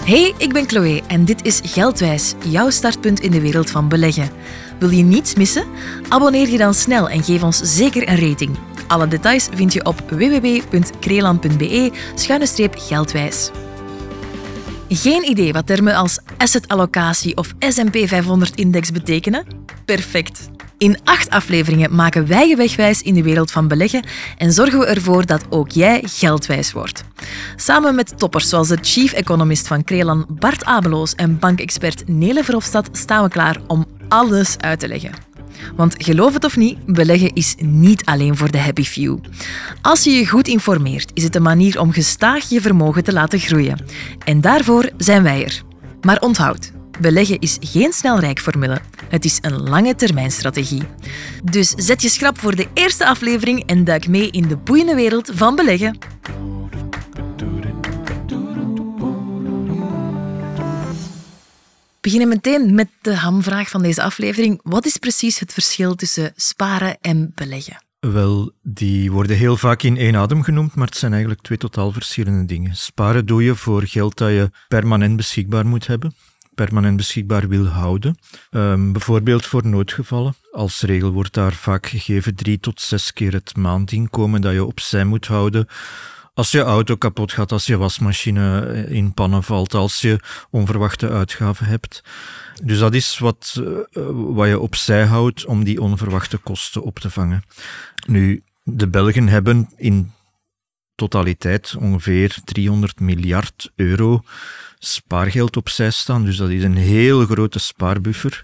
Hey, ik ben Chloé en dit is Geldwijs, jouw startpunt in de wereld van beleggen. Wil je niets missen? Abonneer je dan snel en geef ons zeker een rating. Alle details vind je op www.kreeland.be/geldwijs. Geen idee wat termen als assetallocatie of S&P 500-index betekenen? Perfect. In 8 afleveringen maken wij je wegwijs in de wereld van beleggen en zorgen we ervoor dat ook jij geldwijs wordt. Samen met toppers zoals de chief economist van Kreeland Bart Abeloos en bankexpert Nele Verhofstadt staan we klaar om alles uit te leggen. Want geloof het of niet, beleggen is niet alleen voor de happy few. Als je je goed informeert, is het een manier om gestaag je vermogen te laten groeien. En daarvoor zijn wij er. Maar onthoud, beleggen is geen snelrijkformule. Het is een lange termijnstrategie. Dus zet je schrap voor de eerste aflevering en duik mee in de boeiende wereld van beleggen. We beginnen meteen met de hamvraag van deze aflevering. Wat is precies het verschil tussen sparen en beleggen? Wel, die worden heel vaak in één adem genoemd, maar het zijn eigenlijk 2 totaal verschillende dingen. Sparen doe je voor geld dat je permanent beschikbaar moet hebben, permanent beschikbaar wil houden. Bijvoorbeeld voor noodgevallen. Als regel wordt daar vaak gegeven 3 tot 6 keer het maandinkomen dat je opzij moet houden. Als je auto kapot gaat, als je wasmachine in pannen valt, als je onverwachte uitgaven hebt. Dus dat is wat je opzij houdt om die onverwachte kosten op te vangen. Nu, de Belgen hebben in totaliteit ongeveer 300 miljard euro spaargeld opzij staan. Dus dat is een heel grote spaarbuffer.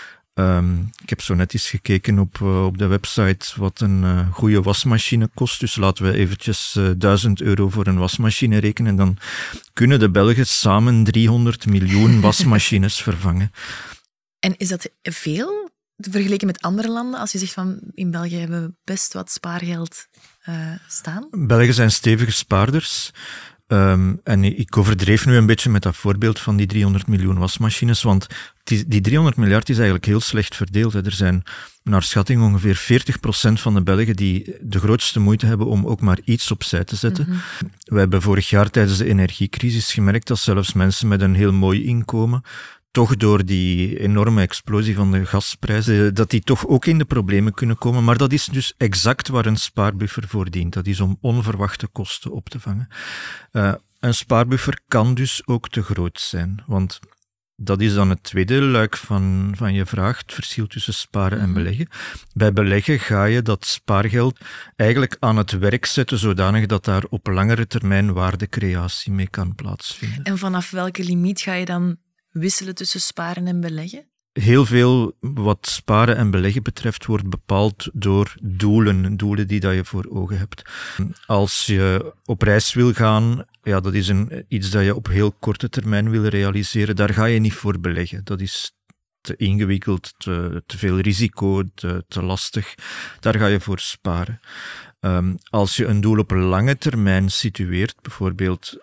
Ik heb zo net eens gekeken op de website wat een goede wasmachine kost. Dus laten we eventjes 1000 euro voor een wasmachine rekenen. Dan kunnen de Belgen samen 300 miljoen wasmachines vervangen. En is dat veel vergeleken met andere landen? Als je zegt van in België hebben we best wat spaargeld staan. Belgen zijn stevige spaarders. En ik overdreef nu een beetje met dat voorbeeld van die 300 miljoen wasmachines, want die 300 miljard is eigenlijk heel slecht verdeeld. Er zijn naar schatting ongeveer 40% van de Belgen die de grootste moeite hebben om ook maar iets opzij te zetten. Mm-hmm. We hebben vorig jaar tijdens de energiecrisis gemerkt dat zelfs mensen met een heel mooi inkomen toch door die enorme explosie van de gasprijzen, dat die toch ook in de problemen kunnen komen. Maar dat is dus exact waar een spaarbuffer voor dient. Dat is om onverwachte kosten op te vangen. Een spaarbuffer kan dus ook te groot zijn, want dat is dan het tweede luik van je vraag, het verschil tussen sparen en beleggen. Bij beleggen ga je dat spaargeld eigenlijk aan het werk zetten, zodanig dat daar op langere termijn waardecreatie mee kan plaatsvinden. En vanaf welke limiet ga je dan wisselen tussen sparen en beleggen? Heel veel wat sparen en beleggen betreft wordt bepaald door doelen die dat je voor ogen hebt. Als je op reis wil gaan, ja, dat is iets dat je op heel korte termijn wil realiseren, daar ga je niet voor beleggen. Dat is te ingewikkeld, te veel risico, te lastig. Daar ga je voor sparen. Als je een doel op lange termijn situeert, bijvoorbeeld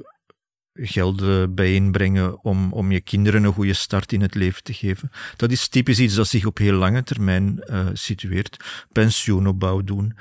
geld bijeenbrengen om je kinderen een goede start in het leven te geven. Dat is typisch iets dat zich op heel lange termijn situeert. Pensioenopbouw doen,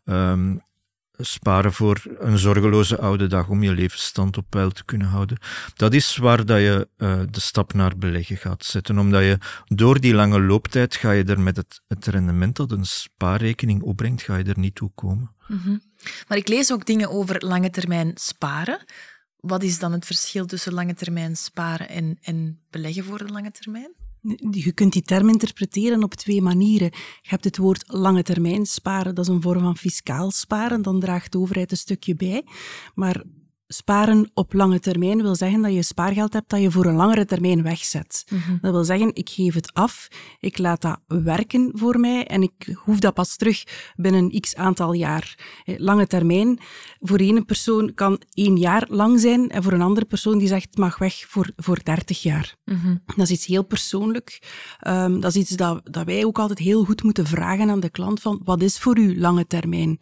sparen voor een zorgeloze oude dag om je levensstand op peil te kunnen houden. Dat is waar dat je de stap naar beleggen gaat zetten, omdat je door die lange looptijd ga je er met het rendement dat een spaarrekening opbrengt, ga je er niet toe komen. Mm-hmm. Maar ik lees ook dingen over lange termijn sparen. Wat is dan het verschil tussen lange termijn sparen en beleggen voor de lange termijn? Je kunt die term interpreteren op 2 manieren. Je hebt het woord lange termijn sparen, dat is een vorm van fiscaal sparen, dan draagt de overheid een stukje bij. Maar sparen op lange termijn wil zeggen dat je spaargeld hebt dat je voor een langere termijn wegzet. Mm-hmm. Dat wil zeggen, ik geef het af, ik laat dat werken voor mij en ik hoef dat pas terug binnen x aantal jaar. Lange termijn, voor ene persoon kan 1 jaar lang zijn en voor een andere persoon die zegt het mag weg voor 30 jaar. Mm-hmm. Dat is iets heel persoonlijk. Dat is iets dat wij ook altijd heel goed moeten vragen aan de klant van wat is voor u lange termijn?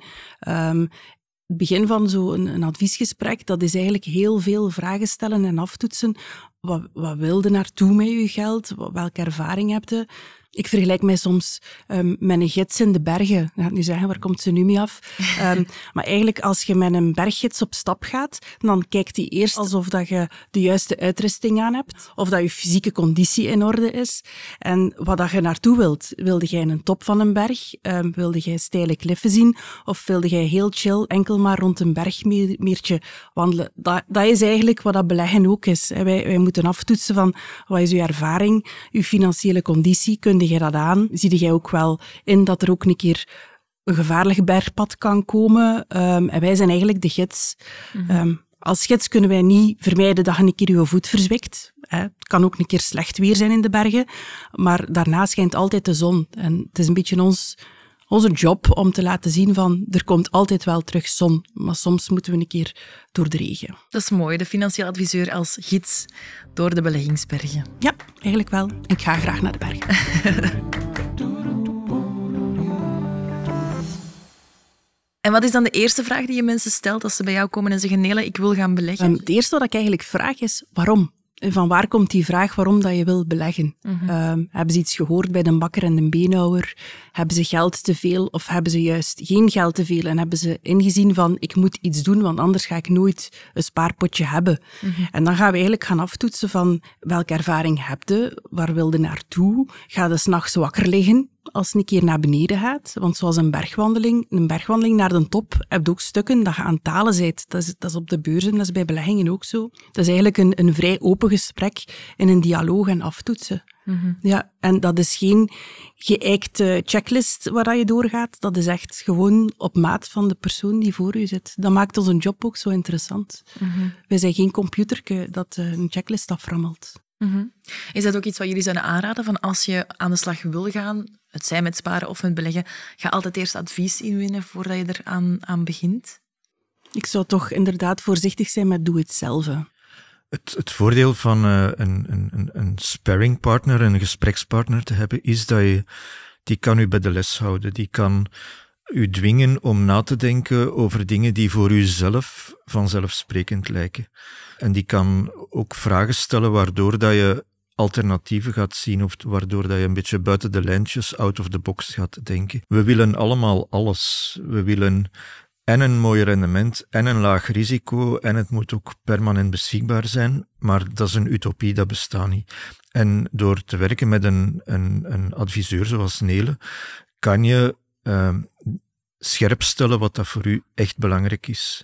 Het begin van zo'n adviesgesprek, dat is eigenlijk heel veel vragen stellen en aftoetsen. Wat wil je naartoe met je geld? Welke ervaring heb je? Ik vergelijk mij soms met een gids in de bergen. Ik ga nu zeggen, waar komt ze nu mee af? Maar eigenlijk, als je met een berggids op stap gaat, dan kijkt hij eerst alsof dat je de juiste uitrusting aan hebt, of dat je fysieke conditie in orde is. En wat dat je naartoe wilt. Wilde jij een top van een berg? Wilde jij steile kliffen zien? Of wilde jij heel chill enkel maar rond een bergmeertje wandelen? Dat is eigenlijk wat dat beleggen ook is. Wij moeten aftoetsen van, wat is uw ervaring, uw financiële conditie, kunde jij dat aan? Zie jij ook wel in dat er ook een keer een gevaarlijk bergpad kan komen? En wij zijn eigenlijk de gids. Als gids kunnen wij niet vermijden dat je een keer je voet verzwikt. Het kan ook een keer slecht weer zijn in de bergen, maar daarna schijnt altijd de zon. En het is een beetje onze job om te laten zien van, er komt altijd wel terug zon, maar soms moeten we een keer door de regen. Dat is mooi, de financieel adviseur als gids door de beleggingsbergen. Ja, eigenlijk wel. Ik ga graag naar de bergen. En wat is dan de eerste vraag die je mensen stelt als ze bij jou komen en zeggen, Nele, ik wil gaan beleggen? Het eerste wat ik eigenlijk vraag is, waarom? Van waar komt die vraag waarom dat je wil beleggen? Hebben ze iets gehoord bij de bakker en de beenhouwer? Hebben ze geld te veel of hebben ze juist geen geld te veel? En hebben ze ingezien van, ik moet iets doen, want anders ga ik nooit een spaarpotje hebben. En dan gaan we eigenlijk gaan aftoetsen van, welke ervaring heb je? Waar wil je naartoe? Ga je 's nachts wakker liggen als je een keer naar beneden gaat? Want zoals een bergwandeling naar de top, heb je ook stukken dat je aan het talen bent. Dat is op de beurzen, dat is bij beleggingen ook zo. Dat is eigenlijk een vrij open gesprek in een dialoog en aftoetsen. Ja, en dat is geen geëikte checklist waar je doorgaat. Dat is echt gewoon op maat van de persoon die voor u zit. Dat maakt onze job ook zo interessant. Wij zijn geen computerke dat een checklist aframmelt. Is dat ook iets wat jullie zouden aanraden? Van als je aan de slag wil gaan, het zij met sparen of met beleggen, ga altijd eerst advies inwinnen voordat je er aan begint? Ik zou toch inderdaad voorzichtig zijn met doe het zelf. Het voordeel van een sparringpartner, een gesprekspartner te hebben, is dat die kan u bij de les houden. Die kan u dwingen om na te denken over dingen die voor u zelf vanzelfsprekend lijken. En die kan ook vragen stellen waardoor dat je alternatieven gaat zien of waardoor dat je een beetje buiten de lijntjes, out of the box gaat denken. We willen allemaal alles. We willen en een mooi rendement en een laag risico en het moet ook permanent beschikbaar zijn, maar dat is een utopie, dat bestaat niet. En door te werken met een adviseur zoals Nele, kan je scherp stellen wat dat voor u echt belangrijk is.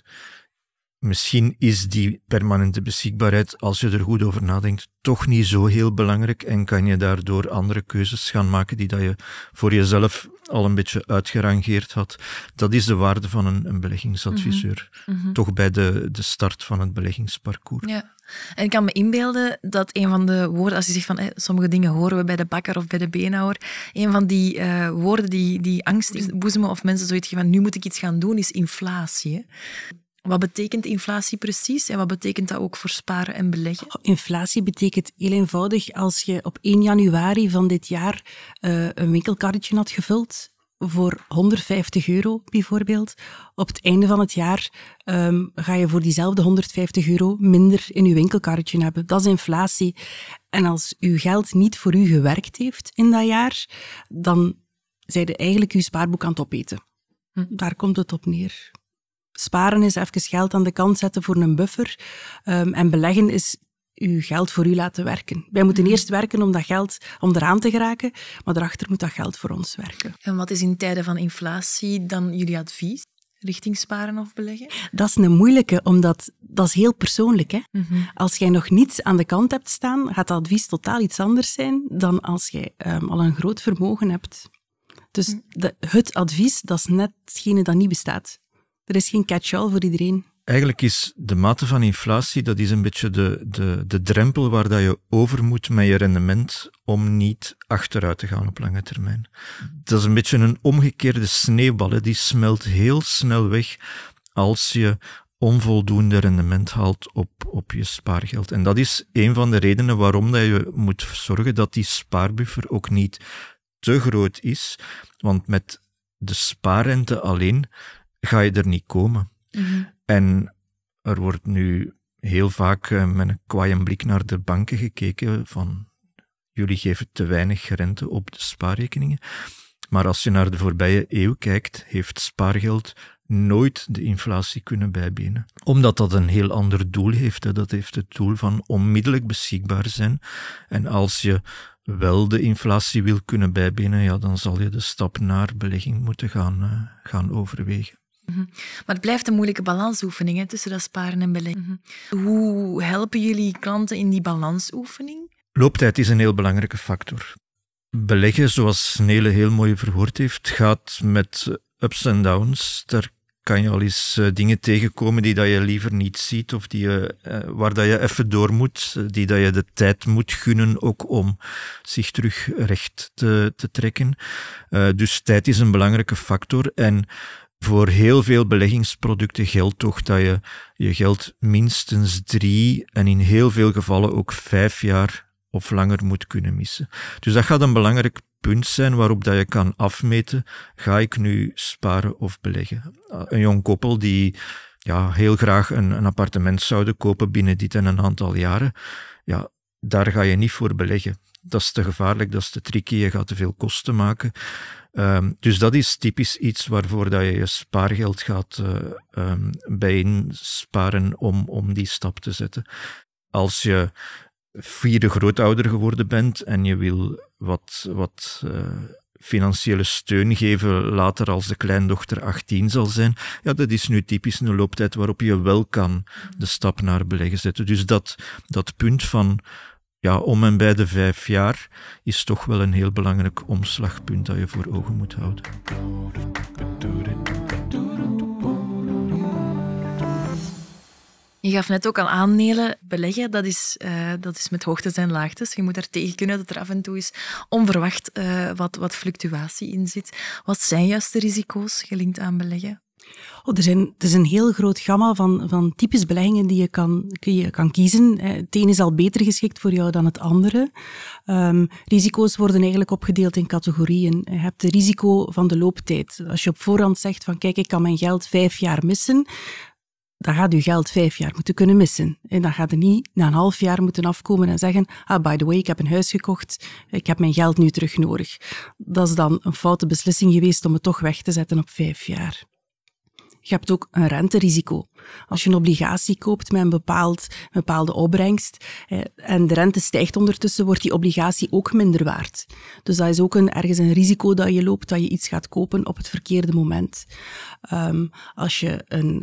Misschien is die permanente beschikbaarheid, als je er goed over nadenkt, toch niet zo heel belangrijk en kan je daardoor andere keuzes gaan maken die dat je voor jezelf al een beetje uitgerangeerd had. Dat is de waarde van een beleggingsadviseur. Toch bij de start van het beleggingsparcours. Ja. En ik kan me inbeelden dat een van de woorden, als je zegt van sommige dingen horen we bij de bakker of bij de beenhouwer, een van die woorden die angst inboezemen of mensen zoiets van nu moet ik iets gaan doen, is inflatie. Hè? Wat betekent inflatie precies en wat betekent dat ook voor sparen en beleggen? Inflatie betekent heel eenvoudig als je op 1 januari van dit jaar een winkelkarretje had gevuld voor €150 bijvoorbeeld. Op het einde van het jaar ga je voor diezelfde €150 minder in je winkelkarretje hebben. Dat is inflatie. En als uw geld niet voor u gewerkt heeft in dat jaar, dan zijn je eigenlijk uw spaarboek aan het opeten. Daar komt het op neer. Sparen is even geld aan de kant zetten voor een buffer. En beleggen is uw geld voor u laten werken. Wij moeten eerst werken om dat geld om eraan te geraken, maar daarachter moet dat geld voor ons werken. En wat is in tijden van inflatie dan jullie advies richting sparen of beleggen? Dat is een moeilijke, omdat dat is heel persoonlijk. Hè? Als jij nog niets aan de kant hebt staan, gaat dat advies totaal iets anders zijn dan als jij al een groot vermogen hebt. Dus het advies, dat is net hetgene dat niet bestaat. Er is geen catch-all voor iedereen. Eigenlijk is de mate van inflatie, dat is een beetje de drempel waar dat je over moet met je rendement om niet achteruit te gaan op lange termijn. Dat is een beetje een omgekeerde sneeuwbal. Hè. Die smelt heel snel weg als je onvoldoende rendement haalt op je spaargeld. En dat is een van de redenen waarom dat je moet zorgen dat die spaarbuffer ook niet te groot is. Want met de spaarrente alleen ga je er niet komen. En er wordt nu heel vaak met een kwaaie blik naar de banken gekeken van jullie geven te weinig rente op de spaarrekeningen. Maar als je naar de voorbije eeuw kijkt, heeft spaargeld nooit de inflatie kunnen bijbenen. Omdat dat een heel ander doel heeft. Hè. Dat heeft het doel van onmiddellijk beschikbaar zijn. En als je wel de inflatie wil kunnen bijbenen, ja, dan zal je de stap naar belegging moeten gaan overwegen. Maar het blijft een moeilijke balansoefening, hè, tussen dat sparen en beleggen. Hoe helpen jullie klanten in die balansoefening? Looptijd is een heel belangrijke factor. Beleggen, zoals Nele heel mooi verwoord heeft, gaat met ups en downs. Daar kan je al eens dingen tegenkomen die dat je liever niet ziet of waar dat je even door moet, die dat je de tijd moet gunnen ook om zich terug recht te trekken. Dus tijd is een belangrijke factor en voor heel veel beleggingsproducten geldt toch dat je je geld minstens 3 en in heel veel gevallen ook 5 jaar of langer moet kunnen missen. Dus dat gaat een belangrijk punt zijn waarop dat je kan afmeten, ga ik nu sparen of beleggen? Een jong koppel die heel graag een appartement zouden kopen binnen dit en een aantal jaren, ja, daar ga je niet voor beleggen. Dat is te gevaarlijk, dat is te tricky, je gaat te veel kosten maken. Dus dat is typisch iets waarvoor dat je je spaargeld gaat bijeensparen om die stap te zetten. Als je vierde grootouder geworden bent en je wil wat financiële steun geven later als de kleindochter 18 zal zijn, ja, dat is nu typisch een looptijd waarop je wel kan de stap naar beleggen zetten. Dus dat punt van om en bij de 5 jaar is toch wel een heel belangrijk omslagpunt dat je voor ogen moet houden. Je gaf net ook al aan, Nele, beleggen, dat is met hoogtes en laagtes. Je moet daar tegen kunnen dat er af en toe is onverwacht wat fluctuatie in zit. Wat zijn juist de risico's gelinkt aan beleggen? Er is een heel groot gamma van types beleggingen die je kan kiezen. Het een is al beter geschikt voor jou dan het andere. Risico's worden eigenlijk opgedeeld in categorieën. Je hebt het risico van de looptijd. Als je op voorhand zegt van kijk, ik kan mijn geld 5 jaar missen, dan gaat je geld 5 jaar moeten kunnen missen. En dan gaat je niet na een half jaar moeten afkomen en zeggen by the way, ik heb een huis gekocht, ik heb mijn geld nu terug nodig. Dat is dan een foute beslissing geweest om het toch weg te zetten op 5 jaar. Je hebt ook een renterisico. Als je een obligatie koopt met een bepaalde opbrengst en de rente stijgt ondertussen, wordt die obligatie ook minder waard. Dus dat is ook ergens een risico dat je loopt, dat je iets gaat kopen op het verkeerde moment. Als je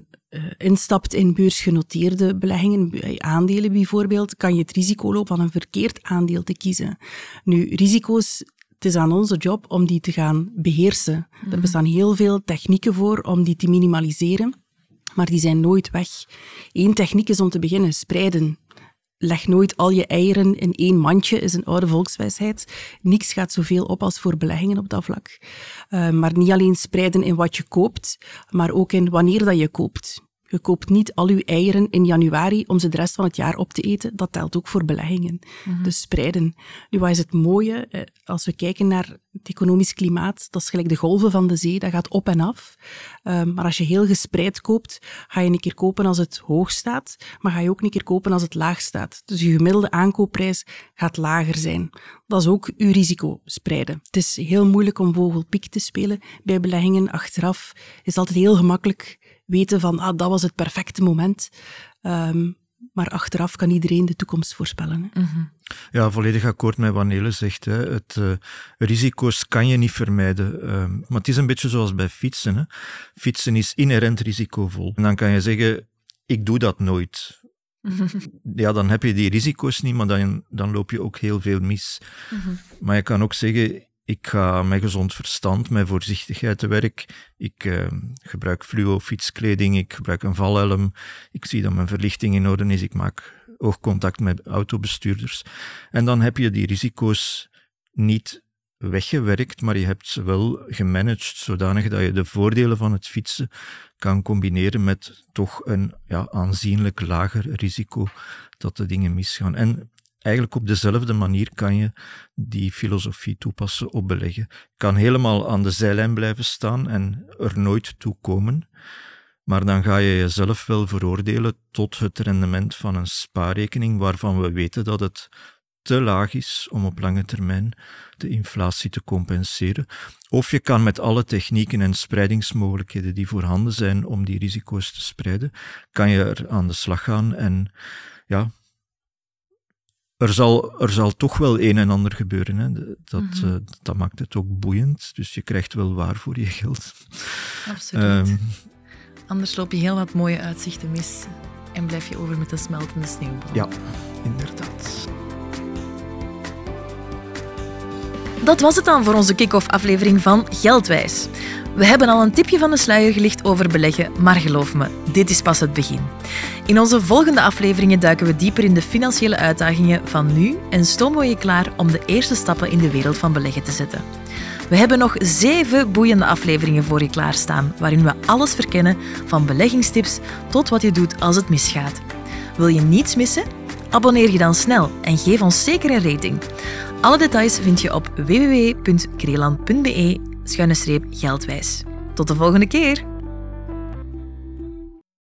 instapt in beursgenoteerde beleggingen, aandelen bijvoorbeeld, kan je het risico lopen van een verkeerd aandeel te kiezen. Nu, risico's, het is aan onze job om die te gaan beheersen. Er bestaan heel veel technieken voor om die te minimaliseren, maar die zijn nooit weg. 1 techniek is om te beginnen spreiden. Leg nooit al je eieren in 1 mandje, is een oude volkswijsheid. Niks gaat zoveel op als voor beleggingen op dat vlak. Maar niet alleen spreiden in wat je koopt, maar ook in wanneer dat je koopt. Je koopt niet al je eieren in januari om ze de rest van het jaar op te eten. Dat telt ook voor beleggingen. Dus spreiden. Nu, wat is het mooie? Als we kijken naar het economisch klimaat, dat is gelijk de golven van de zee, dat gaat op en af. Maar als je heel gespreid koopt, ga je een keer kopen als het hoog staat, maar ga je ook een keer kopen als het laag staat. Dus je gemiddelde aankoopprijs gaat lager zijn. Dat is ook uw risico, spreiden. Het is heel moeilijk om vogelpiek te spelen bij beleggingen. Achteraf is het altijd heel gemakkelijk weten van, dat was het perfecte moment. Maar achteraf kan iedereen de toekomst voorspellen. Hè. Ja, volledig akkoord met wat Nele zegt. Hè. Risico's kan je niet vermijden. Maar het is een beetje zoals bij fietsen. Hè. Fietsen is inherent risicovol. En dan kan je zeggen, ik doe dat nooit. Ja, dan heb je die risico's niet, maar dan loop je ook heel veel mis. Maar je kan ook zeggen, ik ga met gezond verstand, met voorzichtigheid te werk. Ik gebruik fluo fietskleding, ik gebruik een valhelm. Ik zie dat mijn verlichting in orde is. Ik maak oogcontact met autobestuurders. En dan heb je die risico's niet weggewerkt, maar je hebt ze wel gemanaged, zodanig dat je de voordelen van het fietsen kan combineren met toch een aanzienlijk lager risico dat de dingen misgaan. En eigenlijk op dezelfde manier kan je die filosofie toepassen op beleggen. Je kan helemaal aan de zijlijn blijven staan en er nooit toe komen, maar dan ga je jezelf wel veroordelen tot het rendement van een spaarrekening waarvan we weten dat het te laag is om op lange termijn de inflatie te compenseren. Of je kan met alle technieken en spreidingsmogelijkheden die voorhanden zijn om die risico's te spreiden, kan je er aan de slag gaan en ja, er zal toch wel een en ander gebeuren. Hè. Dat maakt het ook boeiend, dus je krijgt wel waar voor je geld. Absoluut. Anders loop je heel wat mooie uitzichten mis en blijf je over met een smeltende sneeuwbal. Ja, inderdaad. Dat was het dan voor onze kick-off aflevering van Geldwijs. We hebben al een tipje van de sluier gelicht over beleggen, maar geloof me, dit is pas het begin. In onze volgende afleveringen duiken we dieper in de financiële uitdagingen van nu en stomen we je klaar om de eerste stappen in de wereld van beleggen te zetten. We hebben nog 7 boeiende afleveringen voor je klaarstaan, waarin we alles verkennen, van beleggingstips tot wat je doet als het misgaat. Wil je niets missen? Abonneer je dan snel en geef ons zeker een rating. Alle details vind je op www.creeland.be/geldwijs. Tot de volgende keer!